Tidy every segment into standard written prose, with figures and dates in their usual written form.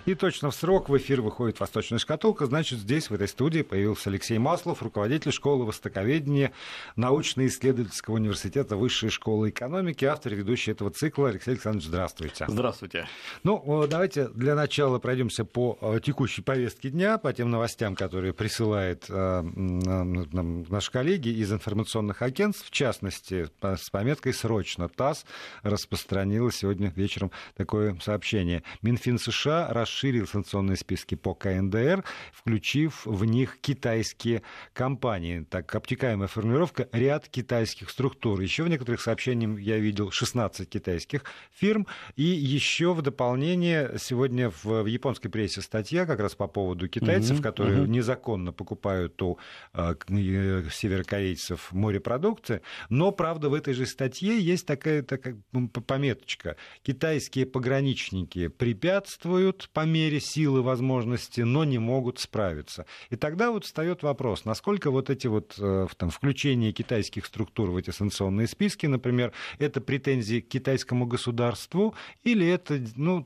И точно в срок в эфир выходит «Восточная шкатулка». Значит, здесь, в этой студии, появился Алексей Маслов, руководитель школы востоковедения научно-исследовательского университета Высшей школы экономики, автор и ведущий этого цикла. Алексей Александрович, здравствуйте. Здравствуйте. Ну, давайте для начала пройдемся по текущей повестке дня, по тем новостям, которые присылают наши коллеги из информационных агентств. В частности, с пометкой «Срочно» ТАСС распространила сегодня вечером такое сообщение. Минфин США расширил санкционные списки по КНДР, включив в них китайские компании. Так, обтекаемая формулировка «ряд китайских структур». Еще в некоторых сообщениях я видел 16 китайских фирм. И еще в дополнение сегодня в японской прессе статья как раз по поводу китайцев, которые незаконно покупают у северокорейцев морепродукты. Но, правда, в этой же статье есть такая пометочка. Китайские пограничники препятствуют по мере силы возможности, но не могут справиться. И тогда вот встает вопрос, насколько вот эти вот включение китайских структур в эти санкционные списки, например, это претензии к китайскому государству или это,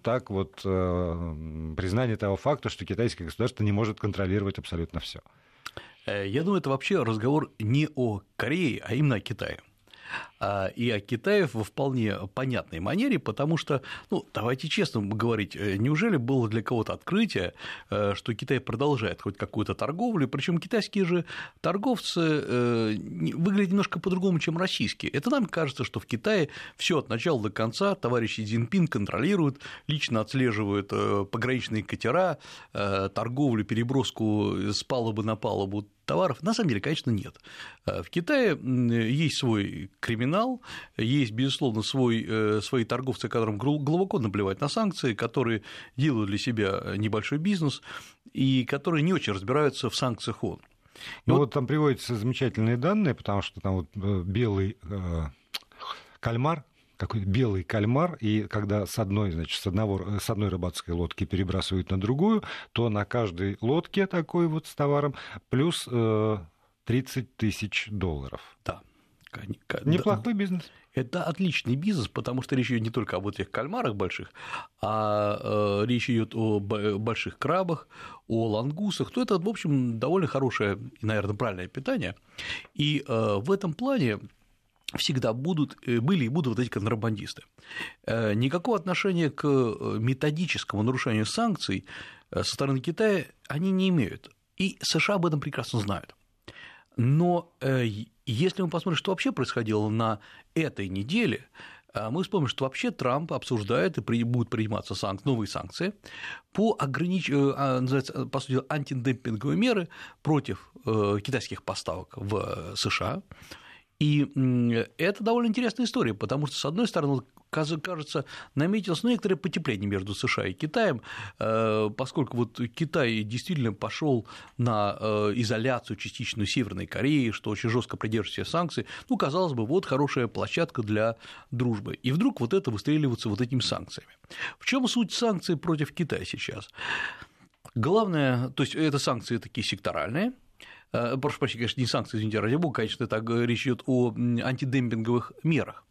признание того факта, что китайское государство не может контролировать абсолютно все. Я думаю, это вообще разговор не о Корее, а именно о Китае. И о Китае во вполне понятной манере, потому что, давайте честно говорить, неужели было для кого-то открытие, что Китай продолжает хоть какую-то торговлю, причем китайские же торговцы выглядят немножко по-другому, чем российские. Это нам кажется, что в Китае все от начала до конца товарищ Си Цзиньпин контролирует, лично отслеживает пограничные катера, торговлю, переброску с палубы на палубу товаров. На самом деле, конечно, нет. В Китае есть свой криминал, есть, безусловно, свои торговцы, которым глубоко наплевать на санкции, которые делают для себя небольшой бизнес и которые не очень разбираются в санкциях ООН. Вот там приводятся замечательные данные, потому что там белый кальмар, какой-то белый кальмар, и когда с одной рыбацкой лодки перебрасывают на другую, то на каждой лодке такой вот с товаром плюс $30 тысяч. Да. Неплохой бизнес. Это отличный бизнес, потому что речь идет не только об этих кальмарах больших, а речь идет о больших крабах, о лангустах. То это, в общем, довольно хорошее и, наверное, правильное питание. И в этом плане всегда были и будут вот эти контрабандисты. Никакого отношения к методическому нарушению санкций со стороны Китая они не имеют. И США об этом прекрасно знают. Но если мы посмотрим, что вообще происходило на этой неделе, мы вспомним, что вообще Трамп обсуждает и будут приниматься новые санкции по сути, антидемпинговые меры против китайских поставок в США. И это довольно интересная история, потому что, с одной стороны, кажется, наметилось некоторое потепление между США и Китаем, поскольку вот Китай действительно пошел на изоляцию частичную Северной Кореи, что очень жестко придерживается санкций. Казалось бы, вот хорошая площадка для дружбы. И вдруг вот это выстреливается вот этими санкциями. В чем суть санкций против Китая сейчас? Главное, то есть это санкции такие секторальные. Прошу прощения, конечно, не санкции, извините, ради бога, конечно, речь идет о антидемпинговых мерах.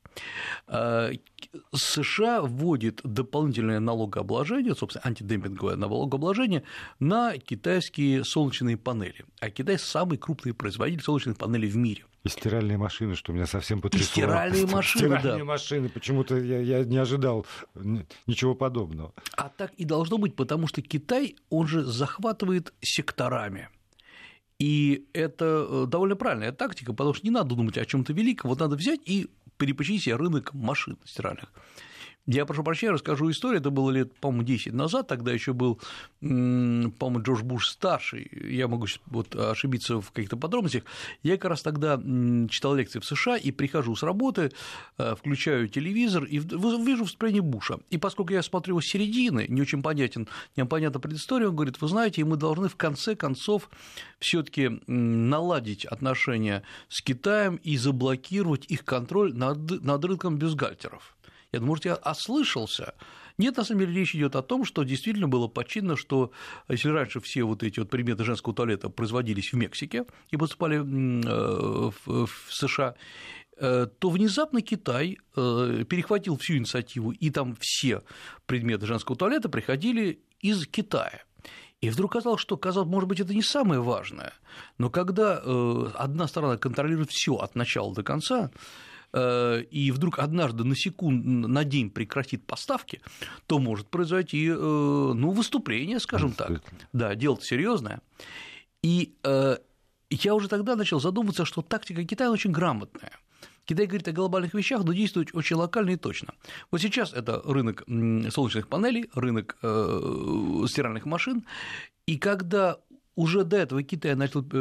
США вводит дополнительное налогообложение, собственно, антидемпинговое налогообложение на китайские солнечные панели. А Китай самый крупный производитель солнечных панелей в мире. И стиральные машины, что меня совсем потрясло. И стиральные машины, стиральные машины, почему-то я не ожидал ничего подобного. А так и должно быть, потому что Китай, он же захватывает секторами. И это довольно правильная тактика, потому что не надо думать о чем-то великом, вот надо взять и перепочинить себе рынок машин стиральных. Я, прошу прощения, расскажу историю, это было лет, по-моему, 10 назад, тогда еще был, по-моему, Джордж Буш-старший, я могу ошибиться в каких-то подробностях, я как раз тогда читал лекции в США и прихожу с работы, включаю телевизор и вижу выступление Буша, и поскольку я смотрю его с середины, не очень непонятна предыстория, он говорит, вы знаете, мы должны в конце концов все-таки наладить отношения с Китаем и заблокировать их контроль над рынком бюстгальтеров. Я думаю, может, я ослышался. Нет, на самом деле речь идет о том, что действительно было подчинено, что если раньше все вот эти вот предметы женского туалета производились в Мексике и поступали в США, то внезапно Китай перехватил всю инициативу, и там все предметы женского туалета приходили из Китая. И вдруг казалось, может быть, это не самое важное, но когда одна сторона контролирует все от начала до конца, и вдруг однажды на день прекратит поставки, то может произойти выступление, скажем так. Да, дело-то серьезное. И я уже тогда начал задумываться, что тактика Китая очень грамотная. Китай говорит о глобальных вещах, но действует очень локально и точно. Вот сейчас это рынок солнечных панелей, рынок стиральных машин, и когда уже до этого США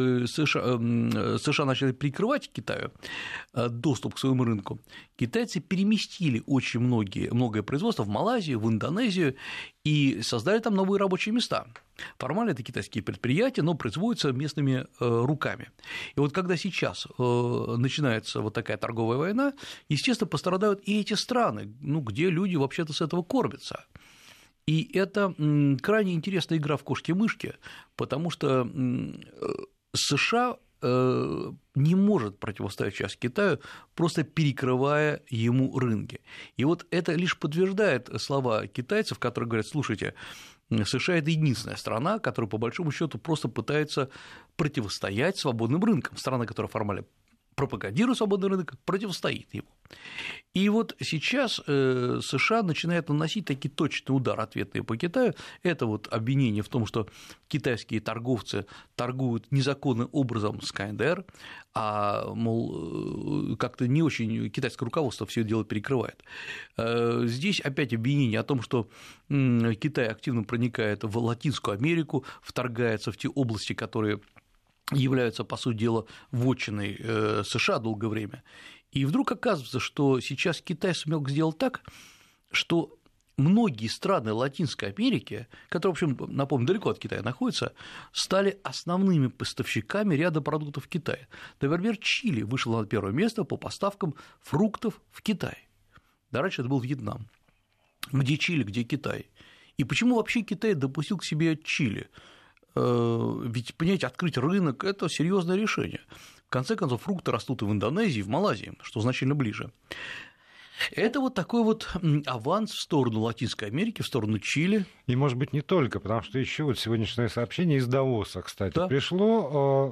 начали прикрывать Китаю доступ к своему рынку, китайцы переместили очень многое производство в Малайзию, в Индонезию и создали там новые рабочие места. Формально это китайские предприятия, но производятся местными руками. И вот когда сейчас начинается вот такая торговая война, естественно, пострадают и эти страны, где люди вообще-то с этого кормятся. И это крайне интересная игра в кошки-мышки, потому что США не может противостоять сейчас Китаю, просто перекрывая ему рынки. И вот это лишь подтверждает слова китайцев, которые говорят: слушайте, США – это единственная страна, которая, по большому счету, просто пытается противостоять свободным рынкам. Страна, которая формально пропагандирует свободный рынок, противостоит ему. И вот сейчас США начинают наносить такие точные удары ответные по Китаю. Это вот обвинение в том, что китайские торговцы торгуют незаконным образом с КНДР, мол, как-то не очень китайское руководство все это дело перекрывает. Здесь опять обвинение о том, что Китай активно проникает в Латинскую Америку, вторгается в те области, которые являются, по сути дела, вотчиной США долгое время. И вдруг оказывается, что сейчас Китай сумел сделать так, что многие страны Латинской Америки, которые, в общем, напомню, далеко от Китая находятся, стали основными поставщиками ряда продуктов Китая. Например, Чили вышел на первое место по поставкам фруктов в Китай. Да, раньше это был Вьетнам. Где Чили, где Китай? И почему вообще Китай допустил к себе Чили? Ведь, понимаете, открыть рынок – это серьезное решение. В конце концов, фрукты растут и в Индонезии, и в Малайзии, что значительно ближе. Это вот такой вот аванс в сторону Латинской Америки, в сторону Чили. И, может быть, не только, потому что еще вот сегодняшнее сообщение из Давоса, кстати, да, пришло.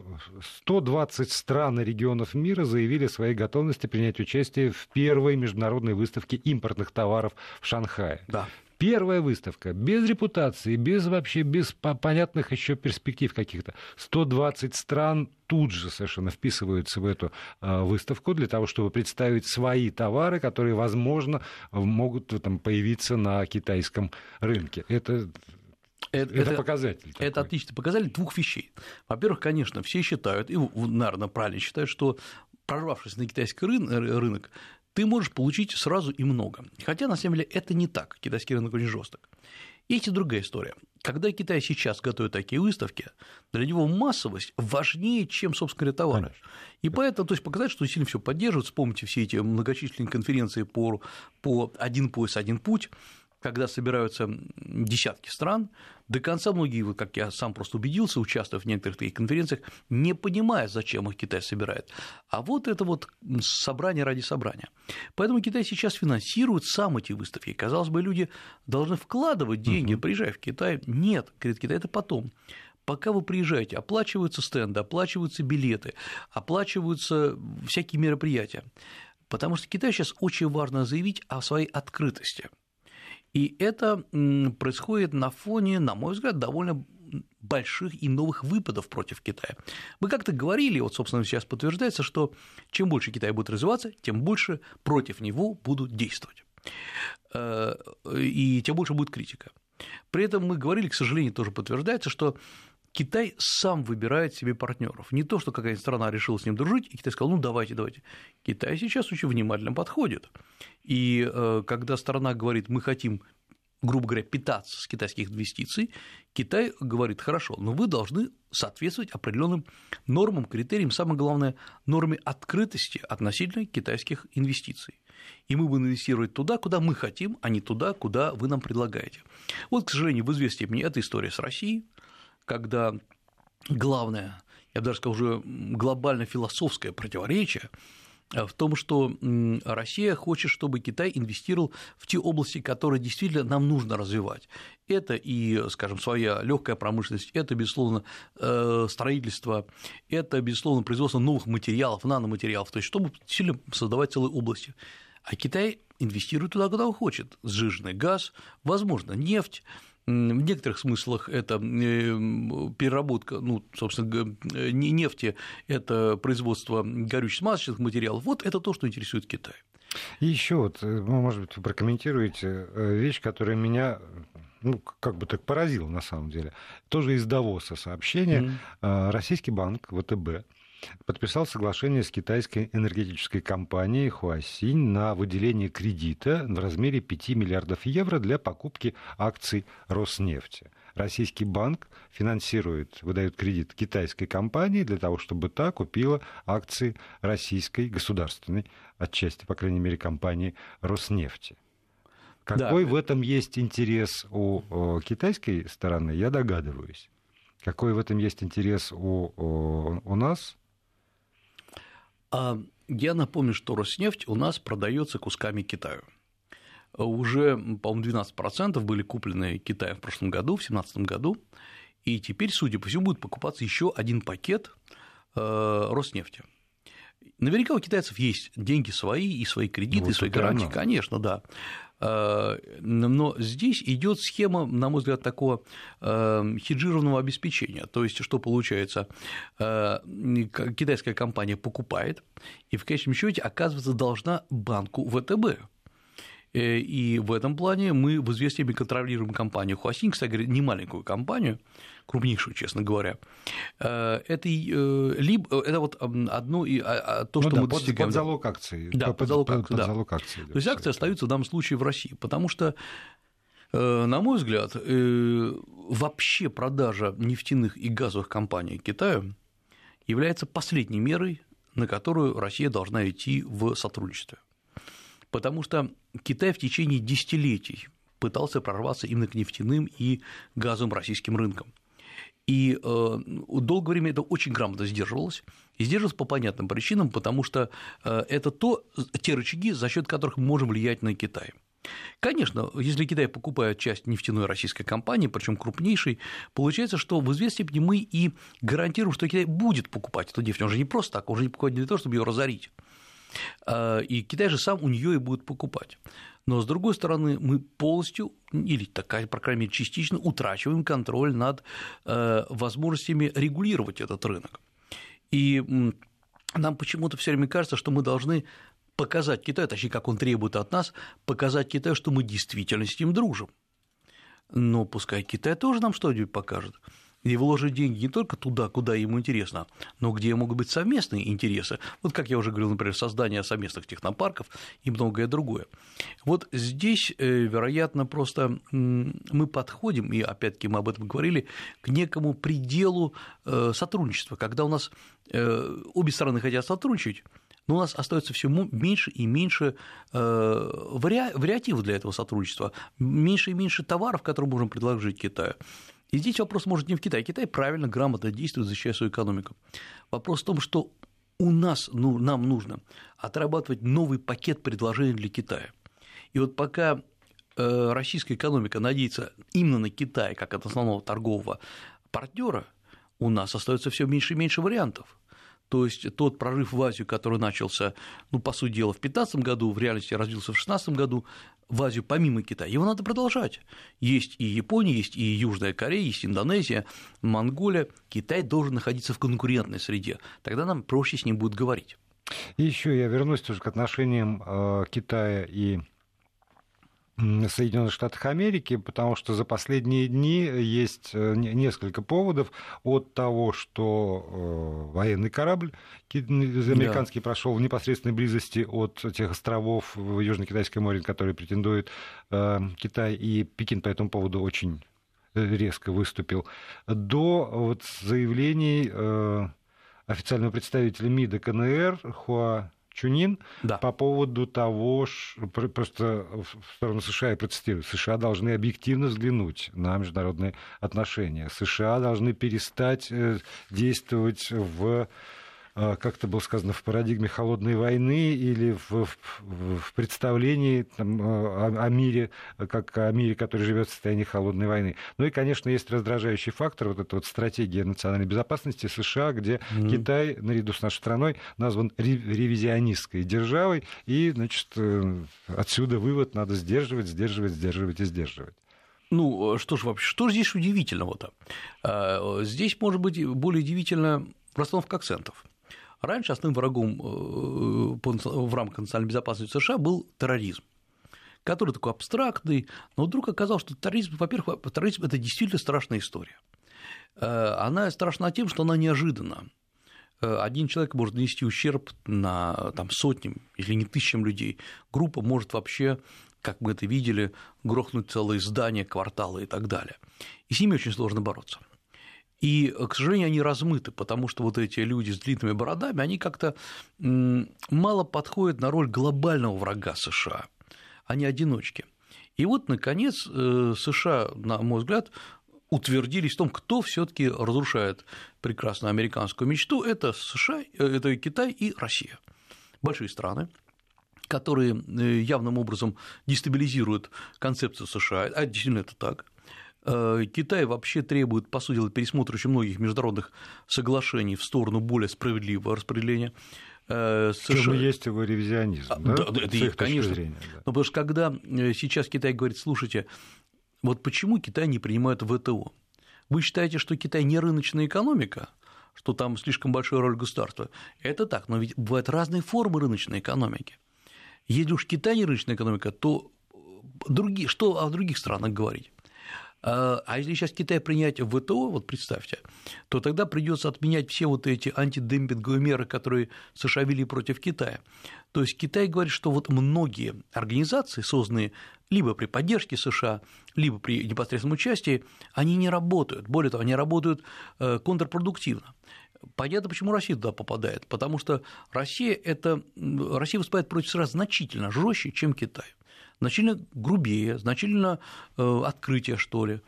120 стран и регионов мира заявили о своей готовности принять участие в первой международной выставке импортных товаров в Шанхае. Да. Первая выставка, без репутации, без понятных еще перспектив каких-то. 120 стран тут же совершенно вписываются в эту выставку для того, чтобы представить свои товары, которые, возможно, могут там появиться на китайском рынке. Это показатель. Это такой. Отличный показатель двух вещей. Во-первых, конечно, все считают, и, наверное, правильно считают, что, прорвавшись на китайский рынок, ты можешь получить сразу и много. Хотя, на самом деле, это не так. Китайский рынок очень жесток. Есть и другая история. Когда Китай сейчас готовит такие выставки, для него массовость важнее, чем, собственно говоря, товары. Конечно. И поэтому, то есть, показать, что сильно все поддерживают. Вспомните все эти многочисленные конференции по «Один пояс, один путь», когда собираются десятки стран, до конца многие, вот как я сам просто убедился, участвуя в некоторых таких конференциях, не понимая, зачем их Китай собирает. А вот это вот собрание ради собрания. Поэтому Китай сейчас финансирует сам эти выставки. Казалось бы, люди должны вкладывать деньги, приезжая в Китай. Нет, говорит Китай, это потом. Пока вы приезжаете, оплачиваются стенды, оплачиваются билеты, оплачиваются всякие мероприятия. Потому что Китаю сейчас очень важно заявить о своей открытости. И это происходит на фоне, на мой взгляд, довольно больших и новых выпадов против Китая. Мы как-то говорили, вот, собственно, сейчас подтверждается, что чем больше Китай будет развиваться, тем больше против него будут действовать, и тем больше будет критика. При этом мы говорили, к сожалению, тоже подтверждается, что Китай сам выбирает себе партнеров. Не то, что какая-то страна решила с ним дружить, и Китай сказал: ну, давайте. Китай сейчас очень внимательно подходит. И когда страна говорит: мы хотим, грубо говоря, питаться с китайских инвестиций, Китай говорит: хорошо, но вы должны соответствовать определенным нормам, критериям, самое главное, норме открытости относительно китайских инвестиций. И мы будем инвестировать туда, куда мы хотим, а не туда, куда вы нам предлагаете. Вот, к сожалению, в известной степени это история с Россией, когда главное, я бы даже сказал, уже глобально-философское противоречие в том, что Россия хочет, чтобы Китай инвестировал в те области, которые действительно нам нужно развивать. Это и, скажем, своя легкая промышленность, это, безусловно, строительство, это, безусловно, производство новых материалов, наноматериалов, то есть чтобы сильно создавать целые области. А Китай инвестирует туда, куда он хочет. Сжиженный газ, возможно, нефть. В некоторых смыслах это переработка, ну, собственно, нефти, это производство горюче-смазочных материалов. Вот это то, что интересует Китай. И еще вот, может быть, вы прокомментируете вещь, которая меня, ну, как бы так поразила на самом деле. Тоже из Давоса сообщение. Российский банк ВТБ подписал соглашение с китайской энергетической компанией Хуасинь на выделение кредита в размере 5 миллиардов евро для покупки акций Роснефти. Российский банк финансирует, выдает кредит китайской компании для того, чтобы та купила акции российской государственной, отчасти, по крайней мере, компании Роснефти. Какой в этом есть интерес у китайской стороны, я догадываюсь. Какой в этом есть интерес у нас? Я напомню, что Роснефть у нас продается кусками Китаю. Уже, по-моему, 12% были куплены Китаем в прошлом году, в 2017 году, и теперь, судя по всему, будет покупаться еще один пакет Роснефти. Наверняка у китайцев есть деньги свои, и свои кредиты, и свои гарантии, конечно, да. Но здесь идет схема, на мой взгляд, такого хеджированного обеспечения. То есть, что получается, китайская компания покупает и в конечном счете, оказывается, должна банку ВТБ. И в этом плане мы в известной степени контролируем компанию Хуасинь, кстати говоря, не маленькую компанию, крупнейшую, честно говоря. Это вот одно и то, что мы достигаем. Под залог акций. Да, под залог акций. То есть акции остаются в данном случае в России, потому что, на мой взгляд, вообще продажа нефтяных и газовых компаний Китаю является последней мерой, на которую Россия должна идти в сотрудничестве. Потому что Китай в течение десятилетий пытался прорваться именно к нефтяным и газовым российским рынкам. И долгое время это очень грамотно сдерживалось, и сдерживалось по понятным причинам, потому что это те рычаги, за счет которых мы можем влиять на Китай. Конечно, если Китай покупает часть нефтяной российской компании, причем крупнейшей, получается, что в известной степени мы и гарантируем, что Китай будет покупать эту нефть. Он же не просто так, он же не покупает не для того, чтобы ее разорить. И Китай же сам у нее и будет покупать. Но, с другой стороны, мы полностью, или, по крайней мере, частично утрачиваем контроль над возможностями регулировать этот рынок. И нам почему-то все время кажется, что мы должны показать Китаю, точнее, как он требует от нас, показать Китаю, что мы действительно с ним дружим. Но пускай Китай тоже нам что-нибудь покажет. И вложить деньги не только туда, куда ему интересно, но где могут быть совместные интересы. Вот, как я уже говорил, например, создание совместных технопарков и многое другое. Вот здесь, вероятно, просто мы подходим, и опять-таки мы об этом говорили, к некому пределу сотрудничества, когда у нас обе стороны хотят сотрудничать, но у нас остается все меньше и меньше вариативов для этого сотрудничества, меньше и меньше товаров, которые можем предложить Китаю. И здесь вопрос может не в Китае. Китай правильно, грамотно действует, защищая свою экономику. Вопрос в том, что нам нужно отрабатывать новый пакет предложений для Китая. И вот пока российская экономика надеется именно на Китай как от основного торгового партнера, у нас остается все меньше и меньше вариантов. То есть тот прорыв в Азию, который начался, по сути дела, в 2015 году, в реальности развился в 2016 году, в Азию помимо Китая, его надо продолжать. Есть и Япония, есть и Южная Корея, есть Индонезия, Монголия. Китай должен находиться в конкурентной среде, тогда нам проще с ним будет говорить. И еще я вернусь тоже к отношениям Китая и Соединенных Штатов Америки, потому что за последние дни есть несколько поводов от того, что военный корабль американский прошел в непосредственной близости от тех островов в Южно-Китайском море, на которые претендует Китай, и Пекин по этому поводу очень резко выступил, до заявлений официального представителя МИДа КНР Хуа Чунин по поводу того, просто в сторону США, я процитирую, США должны объективно взглянуть на международные отношения, США должны перестать действовать в как это было сказано, в парадигме холодной войны или в представлении там, о мире, как о мире, который живет в состоянии холодной войны. Ну и, конечно, есть раздражающий фактор, вот эта вот стратегия национальной безопасности США, где Китай, наряду с нашей страной, назван ревизионистской державой, и, значит, отсюда вывод: надо сдерживать. Ну, что же вообще, что же здесь удивительного-то? Здесь, может быть, более удивительно расстановка акцентов. Раньше основным врагом в рамках национальной безопасности США был терроризм, который такой абстрактный, но вдруг оказалось, что терроризм, во-первых, терроризм – это действительно страшная история. Она страшна тем, что она неожиданна. Один человек может нанести ущерб на там, сотням, если не тысячам людей. Группа может вообще, как мы это видели, грохнуть целые здания, кварталы и так далее. И с ними очень сложно бороться. И, к сожалению, они размыты, потому что вот эти люди с длинными бородами, они как-то мало подходят на роль глобального врага США, они одиночки. И вот, наконец, США, на мой взгляд, утвердились в том, кто все-таки разрушает прекрасную американскую мечту. Это США, это Китай и Россия. Большие страны, которые явным образом дестабилизируют концепцию США, а действительно это так. Китай вообще требует, по сути дела, пересмотра очень многих международных соглашений в сторону более справедливого распределения. В чем и есть его ревизионизм, да? Да, это есть, конечно. Зрения, да. Но потому что когда сейчас Китай говорит: слушайте, вот почему Китай не принимает ВТО? Вы считаете, что Китай не рыночная экономика, что там слишком большая роль государства? Это так, но ведь бывают разные формы рыночной экономики. Если уж Китай не рыночная экономика, то что о других странах говорить? А если сейчас Китай принять в ВТО, вот представьте, то тогда придется отменять все вот эти антидемпинговые меры, которые США ввели против Китая. То есть Китай говорит, что вот многие организации, созданные либо при поддержке США, либо при непосредственном участии, они не работают. Более того, они работают контрпродуктивно. Понятно, почему Россия туда попадает, потому что Россия выступает против США значительно жестче, чем Китай. Значительно грубее, значительно открытие, что ли.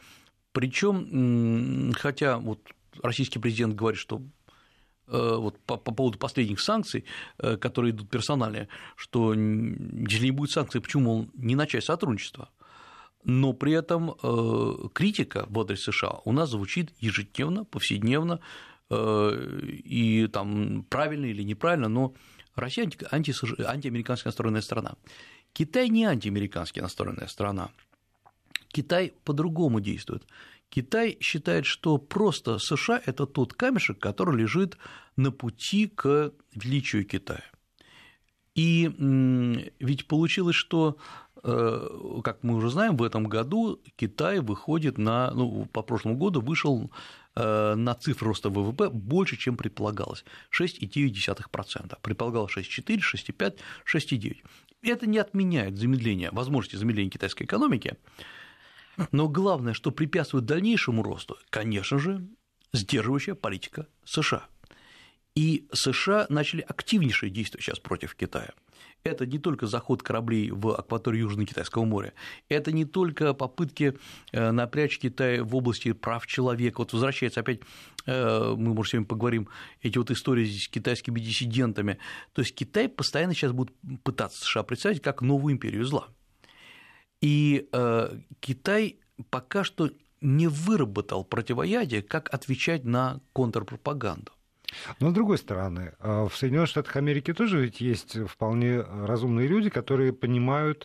Причем, хотя вот российский президент говорит, что вот по поводу последних санкций, которые идут персональные, что если не будет санкций, почему не начать сотрудничество? Но при этом критика в адрес США у нас звучит ежедневно, повседневно, и там правильно или неправильно, но Россия антиамерикански настроенная страна. Китай не антиамерикански настроенная страна. Китай по-другому действует. Китай считает, что просто США – это тот камешек, который лежит на пути к величию Китая. И ведь получилось, что, как мы уже знаем, в этом году Китай выходит по прошлому году вышел на цифру роста ВВП больше, чем предполагалось – 6,9%. Предполагалось 6,4, 6,5, 6,9%. Это не отменяет возможности замедления китайской экономики, но главное, что препятствует дальнейшему росту, конечно же, сдерживающая политика США. И США начали активнейшие действия сейчас против Китая. Это не только заход кораблей в акваторию Южно-Китайского моря, это не только попытки напрячь Китай в области прав человека. Вот возвращается опять, мы, может, сегодня поговорим, эти вот истории с китайскими диссидентами. То есть Китай постоянно сейчас будет пытаться США представить как новую империю зла. И Китай пока что не выработал противоядие, как отвечать на контрпропаганду. Но с другой стороны, в Соединенных Штатах Америки тоже ведь есть вполне разумные люди, которые понимают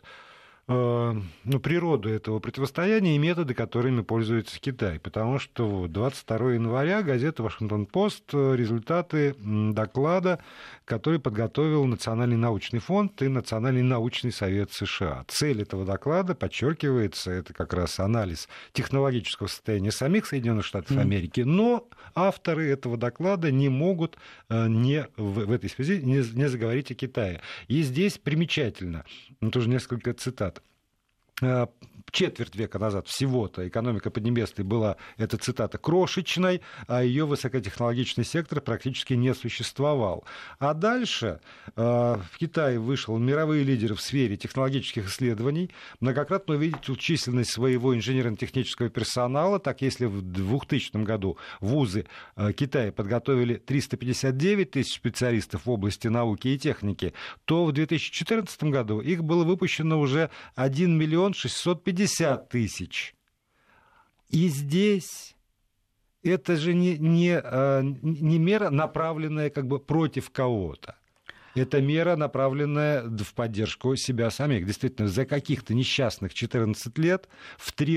природу этого противостояния и методы, которыми пользуется Китай. Потому что 22 января газета «Вашингтон-Пост» результаты доклада, который подготовил Национальный научный фонд и Национальный научный совет США. Цель этого доклада, подчеркивается, это как раз анализ технологического состояния самих Соединенных Штатов Америки, но авторы этого доклада не могут в этой связи не заговорить о Китае. И здесь примечательно, тоже несколько цитат. четверть века назад всего-то экономика Поднебесной была, это цитата, крошечной, а ее высокотехнологичный сектор практически не существовал. А дальше в Китае вышел мировые лидеры в сфере технологических исследований, многократно увеличил численность своего инженерно-технического персонала. Так, если в 2000 году вузы Китая подготовили 359 тысяч специалистов в области науки и техники, то в 2014 году их было выпущено уже 1 миллион 650 тысяч. И здесь это же не мера, направленная как бы против кого-то. Это мера, направленная в поддержку себя самих. Действительно, за каких-то несчастных 14 лет в 4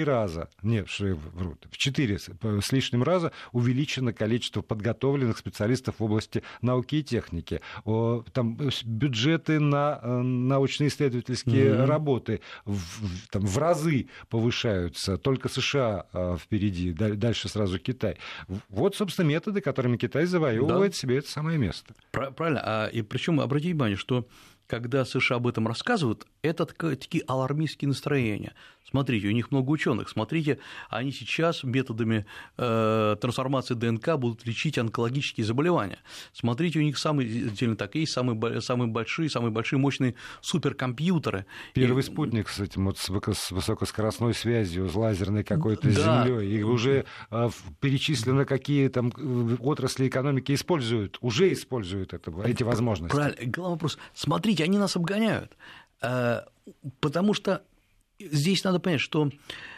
с лишним раза увеличено количество подготовленных специалистов в области науки и техники. Там бюджеты на научно-исследовательские работы в разы повышаются. Только США впереди, дальше сразу Китай. Вот, собственно, методы, которыми Китай завоевывает себе это самое место. Правильно. И причем обратите внимание, что когда США об этом рассказывают, это такие алармистские настроения. Смотрите, у них много ученых. Смотрите, они сейчас методами трансформации ДНК будут лечить онкологические заболевания. Смотрите, у них есть самые большие мощные суперкомпьютеры. Первый спутник с этим с высокоскоростной связью, с лазерной какой-то землей. И уже перечислено, какие там отрасли экономики уже используют эти возможности. Правильно. Главный вопрос. Смотрите, они нас обгоняют. Потому что здесь надо понять, что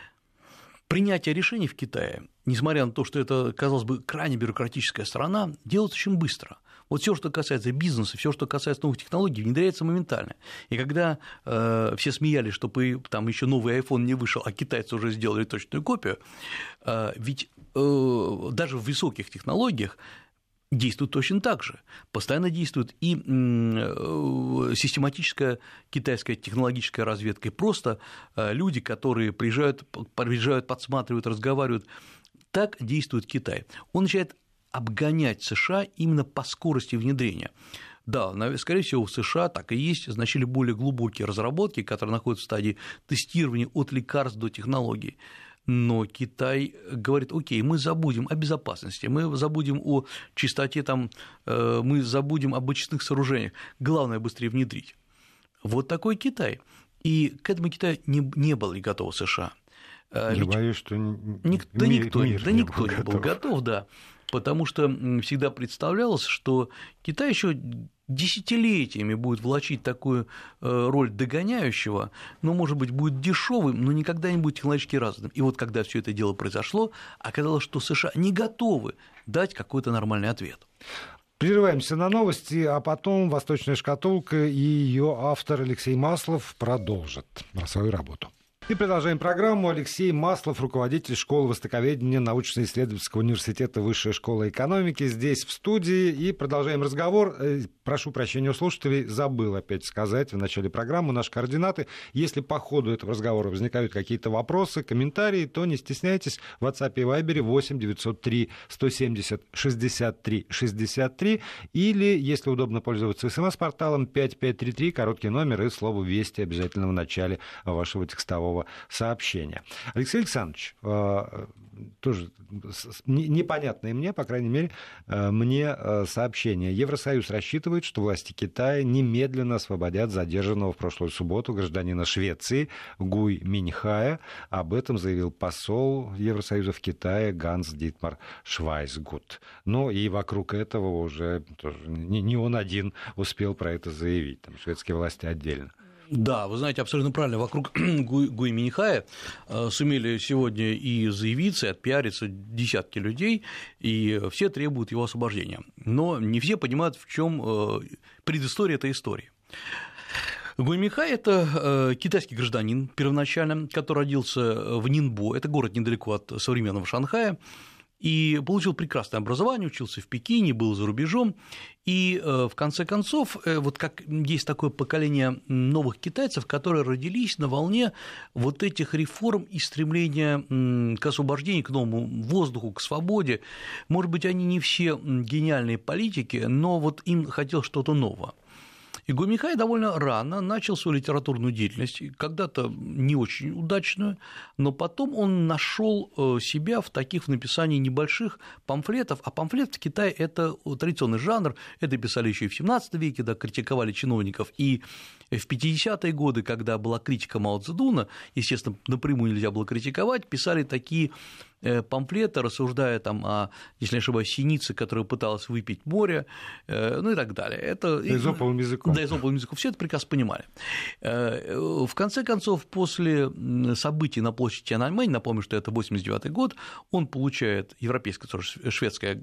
принятие решений в Китае, несмотря на то, что это, казалось бы, крайне бюрократическая страна, делается очень быстро. Вот все, что касается бизнеса, все, что касается новых технологий, внедряется моментально. И когда все смеялись, что там еще новый iPhone не вышел, а китайцы уже сделали точную копию, ведь даже в высоких технологиях действует точно так же. Постоянно действует и систематическая китайская технологическая разведка, и просто люди, которые приезжают, подсматривают, разговаривают. Так действует Китай. Он начинает обгонять США именно по скорости внедрения. Да, скорее всего, в США так и есть, начали более глубокие разработки, которые находятся в стадии тестирования от лекарств до технологий. Но Китай говорит: окей, мы забудем о безопасности, мы забудем о чистоте, мы забудем об очистных сооружениях, главное быстрее внедрить. Вот такой Китай. И к этому Китаю не был ли готов США. Я боюсь, что никто не был готов, да, потому что всегда представлялось, что Китай еще десятилетиями будет влачить такую роль догоняющего, но, может быть, будет дешевым, но никогда не будет технологически развитым. И вот когда все это дело произошло, оказалось, что США не готовы дать какой-то нормальный ответ. Прерываемся на новости, а потом «Восточная шкатулка» и ее автор Алексей Маслов продолжат свою работу. И продолжаем программу. Алексей Маслов, руководитель школы востоковедения научно-исследовательского университета Высшая школа экономики, здесь в студии. И продолжаем разговор. Прошу прощения у слушателей, забыл опять сказать в начале программы наши координаты. Если по ходу этого разговора возникают какие-то вопросы, комментарии, то не стесняйтесь. В WhatsApp и Viber 8 903 170 63 63. Или, если удобно пользоваться СМС-порталом, 5533, короткий номер и слово «Вести» обязательно в начале вашего текстового сообщения. Алексей Александрович, тоже непонятное мне, по крайней мере, мне сообщение. Евросоюз рассчитывает, что власти Китая немедленно освободят задержанного в прошлую субботу гражданина Швеции Гуй Миньхая. Об этом заявил посол Евросоюза в Китае Ганс Дитмар Швайсгут. Ну и вокруг этого уже тоже не он один успел про это заявить. Там шведские власти отдельно. Да, вы знаете, абсолютно правильно. Вокруг Гуй Миньхая сумели сегодня и заявиться, и отпиариться десятки людей, и все требуют его освобождения. Но не все понимают, в чем предыстория этой истории. Гуй Миньхай – это китайский гражданин первоначально, который родился в Нинбо, это город недалеко от современного Шанхая, и получил прекрасное образование, учился в Пекине, был за рубежом, и в конце концов, вот как есть такое поколение новых китайцев, которые родились на волне вот этих реформ и стремления к освобождению, к новому воздуху, к свободе. Может быть, они не все гениальные политики, но вот им хотелось что-то нового. И Гуймихай довольно рано начал свою литературную деятельность, когда-то не очень удачную, но потом он нашел себя в написании небольших памфлетов, а памфлет в Китае – это традиционный жанр, это писали еще и в XVII веке, да, критиковали чиновников, и в 50-е годы, когда была критика Мао Цзэдуна, естественно, напрямую нельзя было критиковать, писали такие памфлеты, рассуждая там о, если не ошибаюсь, синице, которая пыталась выпить море, ну и так далее. Это эзоповым языком. Да, эзоповым языком. Все это прекрасно понимали. В конце концов, после событий на площади Тяньаньмэнь, напомню, что это 89-й год, он получает европейское, шведское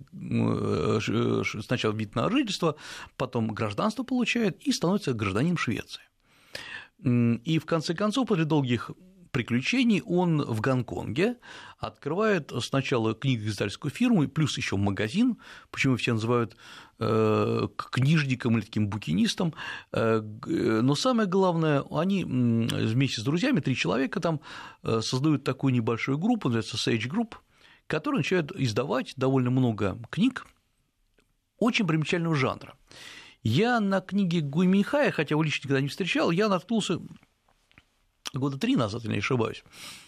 сначала вид на жительство, потом гражданство получает и становится гражданином Швеции. И в конце концов, после долгих приключений он в Гонконге открывает сначала книгоиздательскую фирму, плюс еще магазин, почему все называют книжником или таким букинистом, но самое главное, они вместе с друзьями, 3 человека там, создают такую небольшую группу, называется Sage Group, которая начинает издавать довольно много книг очень примечательного жанра. Я на книге Гуйминхая, хотя его лично никогда не встречал, я наткнулся года 3 назад, если не ошибаюсь.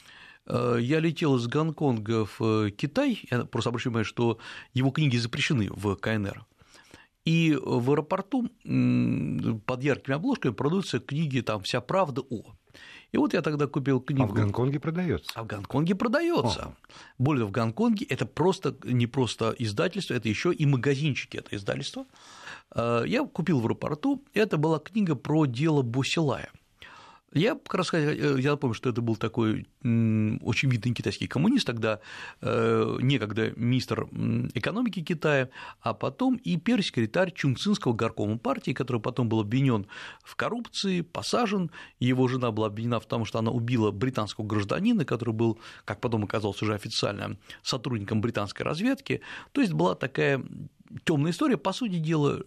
Я летел из Гонконга в Китай, я просто обращаю внимание, что его книги запрещены в КНР, и в аэропорту под яркими обложками продаются книги там «Вся правда о». И вот я тогда купил книгу. А в Гонконге продается. А в Гонконге продается. Более того, в Гонконге это просто не просто издательство, это еще и магазинчики это издательство. Я купил в аэропорту, это была книга про дело Бо Силая. Я как раз я помню, что это был такой очень видный китайский коммунист, тогда некогда министр экономики Китая, а потом и первый секретарь Чунцинского горкома партии, который потом был обвинен в коррупции, посажен, его жена была обвинена в том, что она убила британского гражданина, который был, как потом оказалось уже официально, сотрудником британской разведки, то есть была такая темная история. По сути дела,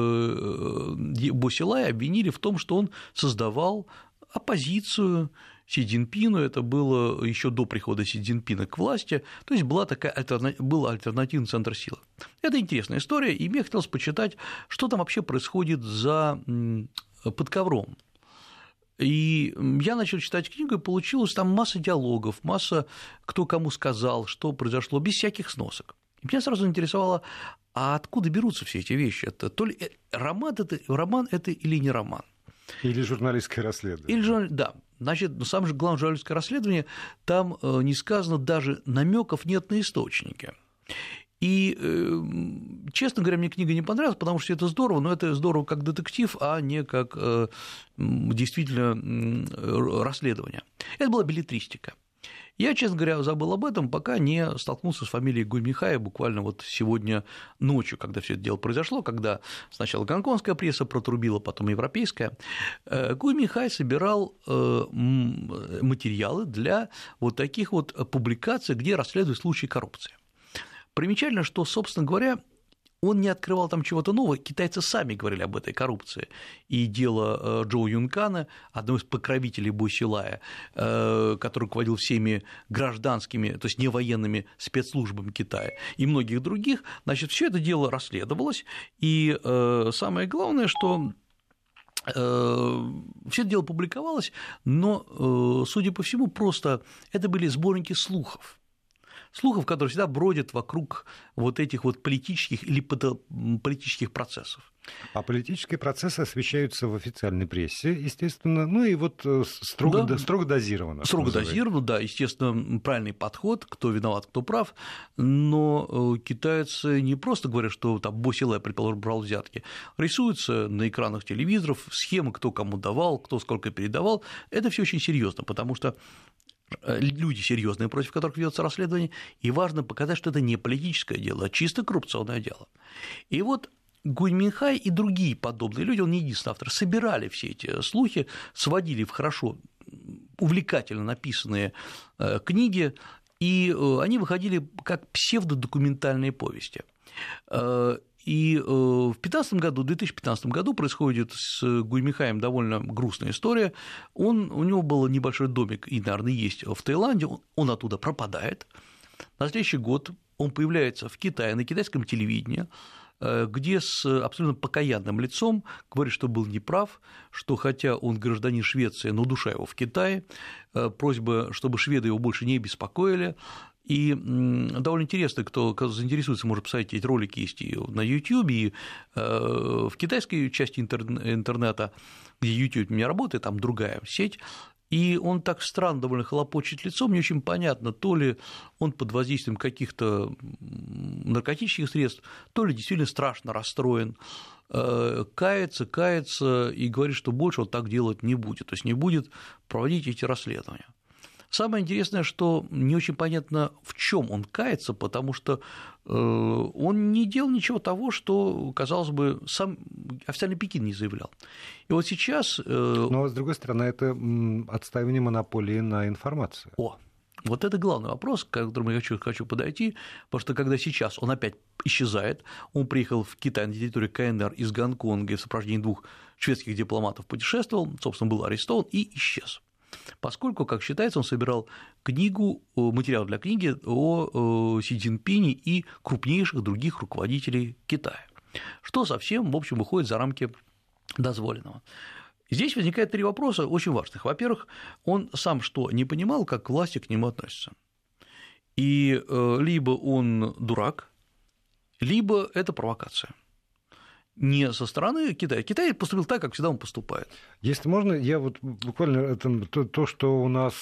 Бо Силая обвинили в том, что он создавал оппозицию Си Цзиньпину, это было еще до прихода Си Цзиньпина к власти, то есть был альтернативный центр силы. Это интересная история, и мне хотелось почитать, что там вообще происходит под ковром. И я начал читать книгу, и получилось там масса диалогов, масса кто кому сказал, что произошло, без всяких сносок. И меня сразу интересовало, а откуда берутся все эти вещи? Это то ли роман это или не роман? Или журналистское расследование. Да. Значит, самое же главное журналистское расследование, там не сказано, даже намеков нет на источники. И, честно говоря, мне книга не понравилась, потому что это здорово, но это здорово как детектив, а не как действительно расследование. Это была беллетристика. Я, честно говоря, забыл об этом, пока не столкнулся с фамилией Гуйминхая буквально вот сегодня ночью, когда все это дело произошло, когда сначала гонконгская пресса протрубила, потом европейская. Гуйминхай собирал материалы для вот таких вот публикаций, где расследуют случаи коррупции. Примечательно, что, собственно говоря, он не открывал там чего-то нового, китайцы сами говорили об этой коррупции. И дело Джоу Юнкана, одного из покровителей Бо Силая, который руководил всеми гражданскими, то есть не военными спецслужбами Китая, и многих других, значит, все это дело расследовалось, и самое главное, что все это дело публиковалось, но, судя по всему, просто это были сборники слухов, которые всегда бродят вокруг вот этих вот политических или политических процессов. А политические процессы освещаются в официальной прессе, естественно, ну и вот строго дозировано. Строго дозировано, да, естественно, правильный подход, кто виноват, кто прав, но китайцы не просто говорят, что там Бо Силай, предположим, брал взятки, рисуются на экранах телевизоров схемы, кто кому давал, кто сколько передавал, это все очень серьезно, потому что люди серьезные, против которых ведется расследование, и важно показать, что это не политическое дело, а чисто коррупционное дело. И вот Гуйминхай и другие подобные люди, он не единственный автор, собирали все эти слухи, сводили в хорошо, увлекательно написанные книги, и они выходили как псевдодокументальные повести. И в 2015 году происходит с Гуйминхаем довольно грустная история. У него был небольшой домик, и, наверное, есть в Таиланде, он оттуда пропадает. На следующий год он появляется в Китае на китайском телевидении, где с абсолютно покаянным лицом говорит, что был неправ, что хотя он гражданин Швеции, но душа его в Китае, просьба, чтобы шведы его больше не беспокоили. И довольно интересно, кто заинтересуется, может посмотреть, эти ролики есть и на YouTube, и в китайской части интернета, где YouTube не работает, там другая сеть. И он так странно довольно хлопочет лицом, не очень понятно, то ли он под воздействием каких-то наркотических средств, то ли действительно страшно расстроен, кается и говорит, что больше он так делать не будет, то есть не будет проводить эти расследования. Самое интересное, что не очень понятно, в чем он кается, потому что он не делал ничего того, что, казалось бы, сам официальный Пекин не заявлял. И вот сейчас… Но, с другой стороны, это отстаивание монополии на информацию. Вот это главный вопрос, к которому я хочу подойти, потому что когда сейчас он опять исчезает, он приехал в Китай на территорию КНР из Гонконга и в сопровождении 2 шведских дипломатов путешествовал, собственно, был арестован и исчез. Поскольку, как считается, он собирал материал для книги о Си Цзиньпине и крупнейших других руководителей Китая, что совсем, в общем, выходит за рамки дозволенного. Здесь возникает 3 вопроса очень важных. Во-первых, он сам что не понимал, как власти к нему относятся. И либо он дурак, либо это провокация. Не со стороны Китая. Китай поступил так, как всегда он поступает. Если можно, я вот буквально то, что у нас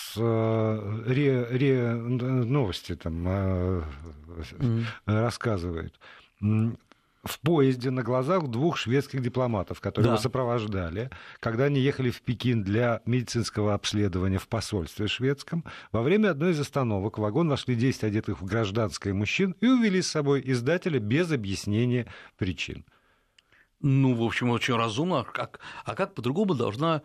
РИА Новости там рассказывает. В поезде на глазах 2 шведских дипломатов, которые его сопровождали, когда они ехали в Пекин для медицинского обследования в посольстве шведском, во время одной из остановок в вагон вошли 10 одетых в гражданское мужчин и увели с собой издателя без объяснения причин. Ну, в общем, очень разумно. А как по-другому должна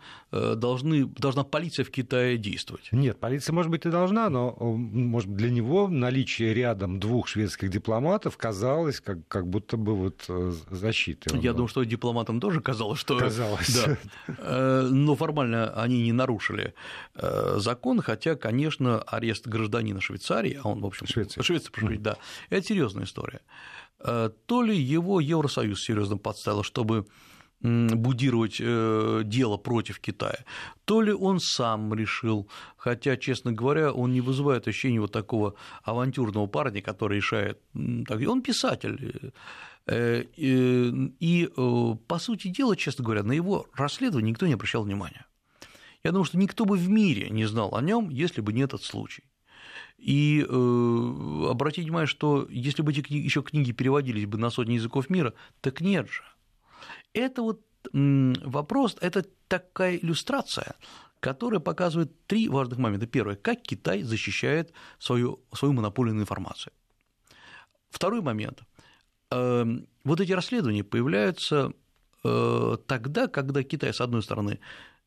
полиция в Китае действовать? Нет, полиция, может быть, и должна, но, может, для него наличие рядом 2 шведских дипломатов казалось как будто бы вот защитой. Я думаю, что дипломатам тоже казалось, что… Казалось. Да. Но формально они не нарушили закон, хотя, конечно, арест гражданина Швейцарии, а он, в общем… Швеция, да, это серьезная история. То ли его Евросоюз серьезно подставил, чтобы будировать дело против Китая, то ли он сам решил, хотя, честно говоря, он не вызывает ощущения вот такого авантюрного парня, который решает… Он писатель. И, по сути дела, честно говоря, на его расследование никто не обращал внимания. Я думаю, что никто бы в мире не знал о нем, если бы не этот случай. И обратите внимание, что если бы эти еще книги переводились бы на сотни языков мира, так нет же. Это вот вопрос, это такая иллюстрация, которая показывает 3 важных момента. Первое, как Китай защищает свою монополию на информацию. Второй момент, вот эти расследования появляются тогда, когда Китай, с одной стороны,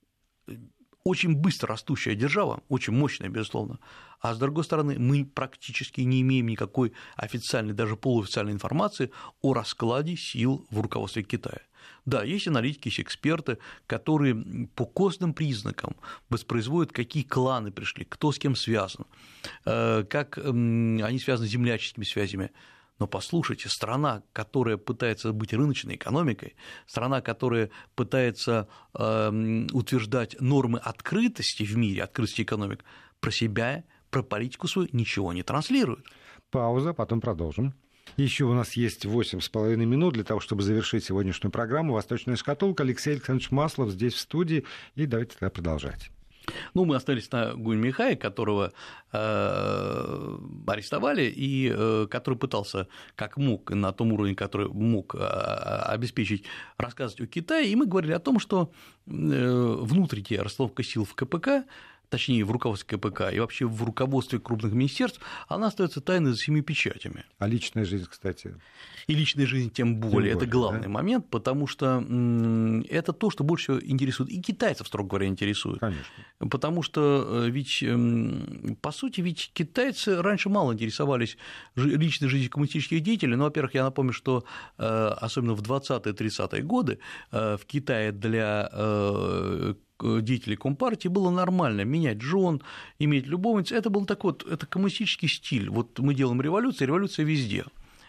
очень быстро растущая держава, очень мощная, безусловно, а с другой стороны, мы практически не имеем никакой официальной, даже полуофициальной информации о раскладе сил в руководстве Китая. Да, есть аналитики, есть эксперты, которые по косвенным признакам воспроизводят, какие кланы пришли, кто с кем связан, как они связаны с земляческими связями. Но послушайте, страна, которая пытается быть рыночной экономикой, страна, которая пытается утверждать нормы открытости в мире, открытости экономик, про себя, про политику свою ничего не транслирует. Пауза, потом продолжим. Еще у нас есть 8,5 минут для того, чтобы завершить сегодняшнюю программу «Восточная шкатулка». Алексей Александрович Маслов здесь в студии, и давайте тогда продолжать. Ну, мы остались на Гунь Михае, которого арестовали, и который пытался, как мог, на том уровне, который мог обеспечить, рассказывать о Китае, и мы говорили о том, что внутренняя расстановка сил в КПК, точнее, в руководстве КПК и вообще в руководстве крупных министерств, она остается тайной за 7 печатями. А личная жизнь, кстати. И личная жизнь тем более. Это главный момент, потому что это то, что больше всего интересует и китайцев, строго говоря, интересует. Конечно. Потому что ведь, по сути, ведь китайцы раньше мало интересовались личной жизнью коммунистических деятелей. Ну, во-первых, я напомню, что особенно в 20-е-30-е годы в Китае для деятелей Компартии было нормально менять жен, иметь любовниц. Это был такой вот, это коммунистический стиль. Вот мы делаем революцию, революция везде.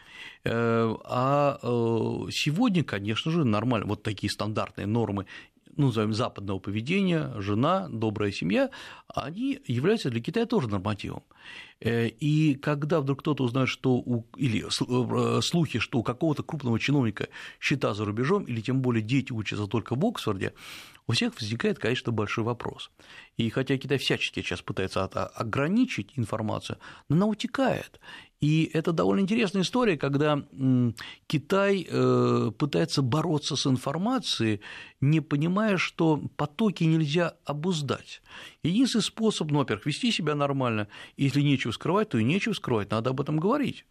А сегодня, конечно же, нормально, вот такие стандартные нормы, ну, назовем, западного поведения, жена, добрая семья, они являются для Китая тоже нормативом. И когда вдруг кто-то узнает, что или слухи, что у какого-то крупного чиновника счета за рубежом, или тем более дети учатся только в Оксфорде, у всех возникает, конечно, большой вопрос. И хотя Китай всячески сейчас пытается ограничить информацию, но она утекает. И это довольно интересная история, когда Китай пытается бороться с информацией, не понимая, что потоки нельзя обуздать. Единственный способ, ну, во-первых, вести себя нормально, если нечего скрывать, то и нечего скрывать, надо об этом говорить.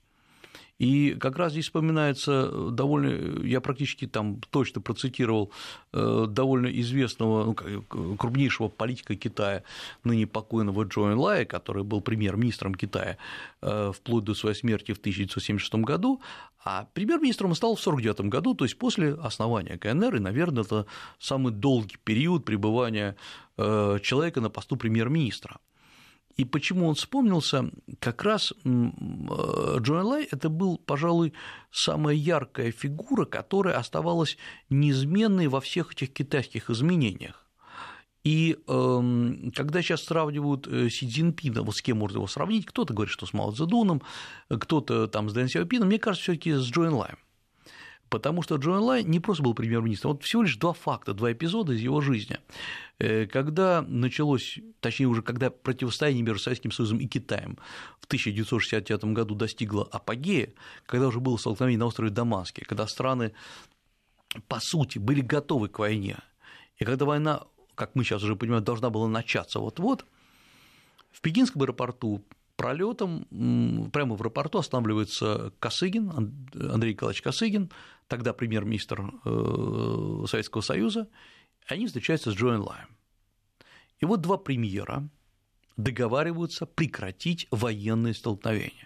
И как раз здесь вспоминается довольно, я практически там точно процитировал довольно известного, ну, крупнейшего политика Китая, ныне покойного Чжоу Энлая, который был премьер-министром Китая вплоть до своей смерти в 1976 году, а премьер-министром он стал в 1949 году, то есть после основания КНР, и, наверное, это самый долгий период пребывания человека на посту премьер-министра. И почему он вспомнился? Как раз Чжоу Энлай – это был, пожалуй, самая яркая фигура, которая оставалась неизменной во всех этих китайских изменениях. И когда сейчас сравнивают Си Цзиньпина, вот с кем можно его сравнить, кто-то говорит, что с Мао Цзэдуном, кто-то там с Дэн Сяопином, мне кажется, всё-таки с Чжоу Энлаем. Потому что Чжоу Энлай не просто был премьер-министром, вот всего лишь два факта, два эпизода из его жизни. Когда началось, точнее, уже когда противостояние между Советским Союзом и Китаем в 1969 году достигло апогея, когда уже было столкновение на острове Дамаске, когда страны, по сути, были готовы к войне, и когда война, как мы сейчас уже понимаем, должна была начаться вот-вот, в Пекинском аэропорту пролетом прямо в аэропорту останавливается Косыгин, Андрей Николаевич Косыгин, тогда премьер-министр Советского Союза, и они встречаются с Чжоу Энлаем. И вот два премьера договариваются прекратить военные столкновения.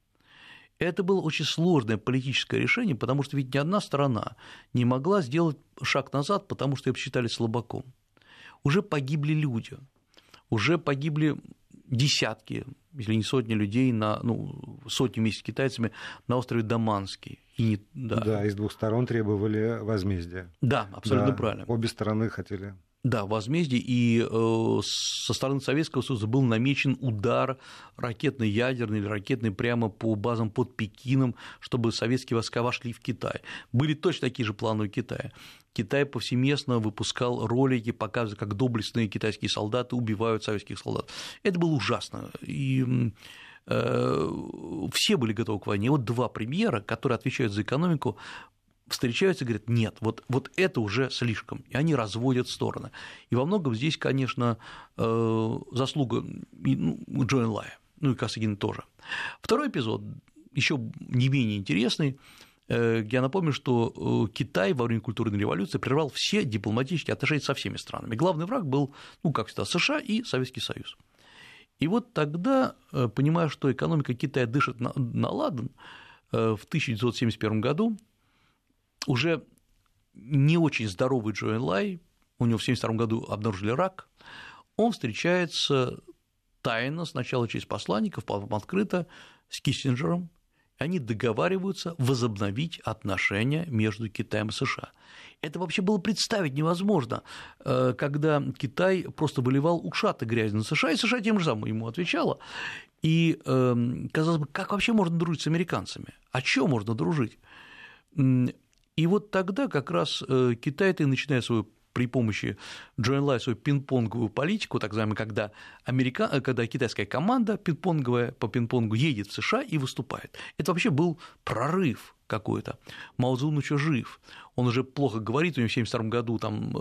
Это было очень сложное политическое решение, потому что ведь ни одна сторона не могла сделать шаг назад, потому что ее посчитали слабаком. Уже погибли люди, уже погибли десятки, если не сотни людей, сотни вместе с китайцами на острове Даманский. Да, и с двух сторон требовали возмездия. Да, абсолютно правильно. Обе стороны хотели. Да, возмездие, и со стороны Советского Союза был намечен удар ракетный, ядерный или ракетный прямо по базам под Пекином, чтобы советские войска вошли в Китай. Были точно такие же планы у Китая. Китай повсеместно выпускал ролики, показывая, как доблестные китайские солдаты убивают советских солдат. Это было ужасно. И все были готовы к войне. Вот два премьера, которые отвечают за экономику, встречаются и говорят: нет, вот это уже слишком, и они разводят стороны. И во многом здесь, конечно, заслуга Чжоу Энлая, ну и Косыгина тоже. Второй эпизод, еще не менее интересный. Я напомню, что Китай во время культурной революции прервал все дипломатические отношения со всеми странами. Главный враг был, как всегда, США и Советский Союз. И вот тогда, понимая, что экономика Китая дышит на ладан, в 1971 году уже не очень здоровый Чжоу Энлай, у него в 1972 году обнаружили рак, он встречается тайно, сначала через посланников, потом открыто, с Киссинджером, и они договариваются возобновить отношения между Китаем и США. Это вообще было представить невозможно, когда Китай просто выливал ушаты грязи на США, и США тем же самым ему отвечала. И, казалось бы, как вообще можно дружить с американцами? О чём можно дружить? И вот тогда как раз Китай-то и начинает свою, при помощи Чжоу Энлая, свою пинг-понговую политику, так называемую, когда китайская команда пинг-понговая по пинг-понгу едет в США и выступает. Это вообще был прорыв какой-то. Мао Цзэдун еще жив, он уже плохо говорит, у него в 1972 году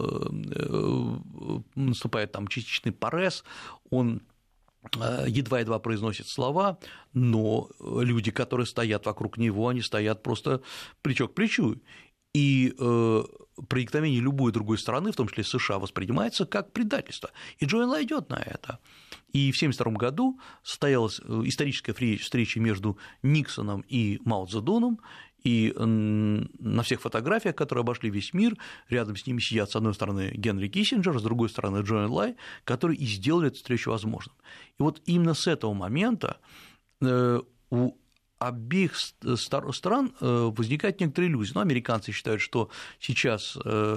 там наступает там частичный парез, он едва-едва произносит слова, но люди, которые стоят вокруг него, они стоят просто плечо к плечу. И проникновение любой другой страны, в том числе США, воспринимается как предательство. И Чжоу Энлай идёт на это. И в 1972 году состоялась историческая встреча между Никсоном и Мао Цзэдуном, И на всех фотографиях, которые обошли весь мир, рядом с ними сидят, с одной стороны, Генри Киссинджер, с другой стороны, Джон Энлай, которые и сделали эту встречу возможным. И вот именно с этого момента у обеих стран возникают некоторые иллюзии. Но американцы считают, что сейчас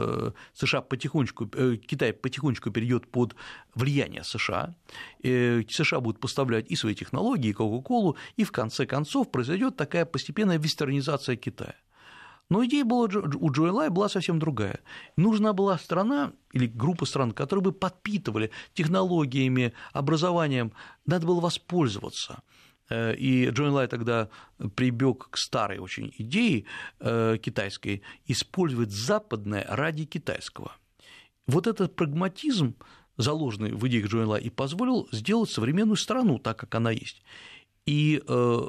Китай потихонечку перейдет под влияние США. США будут поставлять и свои технологии, и Кока-Колу, и в конце концов произойдет такая постепенная вестернизация Китая. Но идея была у Джо Энлая была совсем другая. Нужна была страна или группа стран, которые бы подпитывали технологиями, образованием, надо было воспользоваться. И Джо Энлай тогда прибег к старой очень идее китайской использовать западное ради китайского. Вот этот прагматизм, заложенный в идеях Джо Энлая, и позволил сделать современную страну так, как она есть. И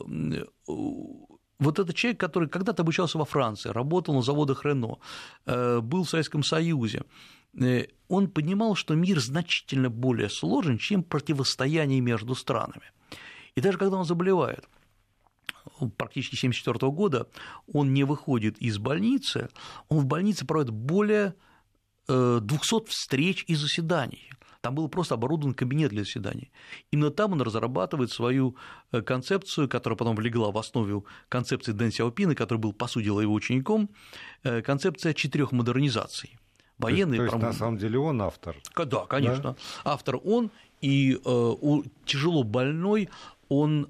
вот этот человек, который когда-то обучался во Франции, работал на заводах Рено, был в Советском Союзе, он понимал, что мир значительно более сложен, чем противостояние между странами. И даже когда он заболевает, практически 1974 года, он не выходит из больницы, он в больнице проводит более 200 встреч и заседаний. Там был просто оборудован кабинет для заседаний. Именно там он разрабатывает свою концепцию, которая потом легла в основу концепции Дэн Сяопина, который был, по сути дела, его учеником, концепция 4 модернизаций. Военный, то есть на самом деле он автор? Да, конечно. Да? Автор он, и тяжело больной он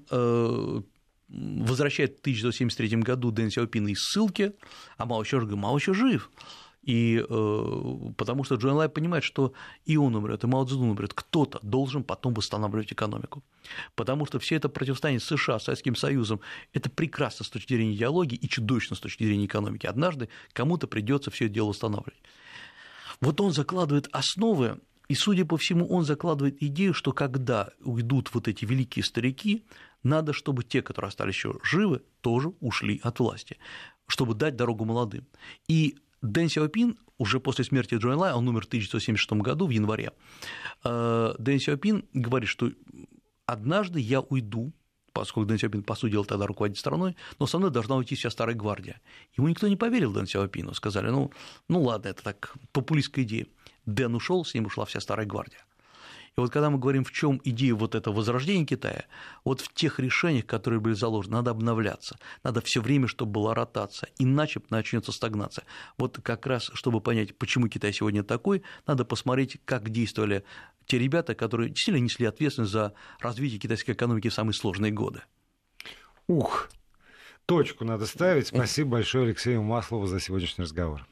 возвращает в 1973 году Дэн Сяопина из ссылки, а Мао еще жив. И потому что Джо Энлай понимает, что и он умрет, и Мао Цзэдун умрет, кто-то должен потом восстанавливать экономику. Потому что все это противостояние США с Советским Союзом – это прекрасно с точки зрения идеологии и чудовищно с точки зрения экономики. Однажды кому-то придется все это дело восстанавливать. Вот он закладывает основы, и, судя по всему, он закладывает идею, что когда уйдут вот эти великие старики, надо, чтобы те, которые остались еще живы, тоже ушли от власти, чтобы дать дорогу молодым. И Дэн Сяопин уже после смерти Джо Энлая, он умер в 1976 году, в январе, Дэн Сяопин говорит, что однажды я уйду, поскольку Дэн Сяопин, по сути дела, тогда руководит страной, но со мной должна уйти вся старая гвардия. Ему никто не поверил, Дэн Сяопину, сказали, ну ладно, это так популистская идея. Дэн ушел, с ним ушла вся старая гвардия. И вот когда мы говорим, в чем идея вот этого возрождения Китая, вот в тех решениях, которые были заложены, надо обновляться, надо все время, чтобы была ротация, иначе начнется стагнация. Вот как раз, чтобы понять, почему Китай сегодня такой, надо посмотреть, как действовали те ребята, которые действительно несли ответственность за развитие китайской экономики в самые сложные годы. Точку надо ставить. Спасибо большое Алексею Маслову за сегодняшний разговор.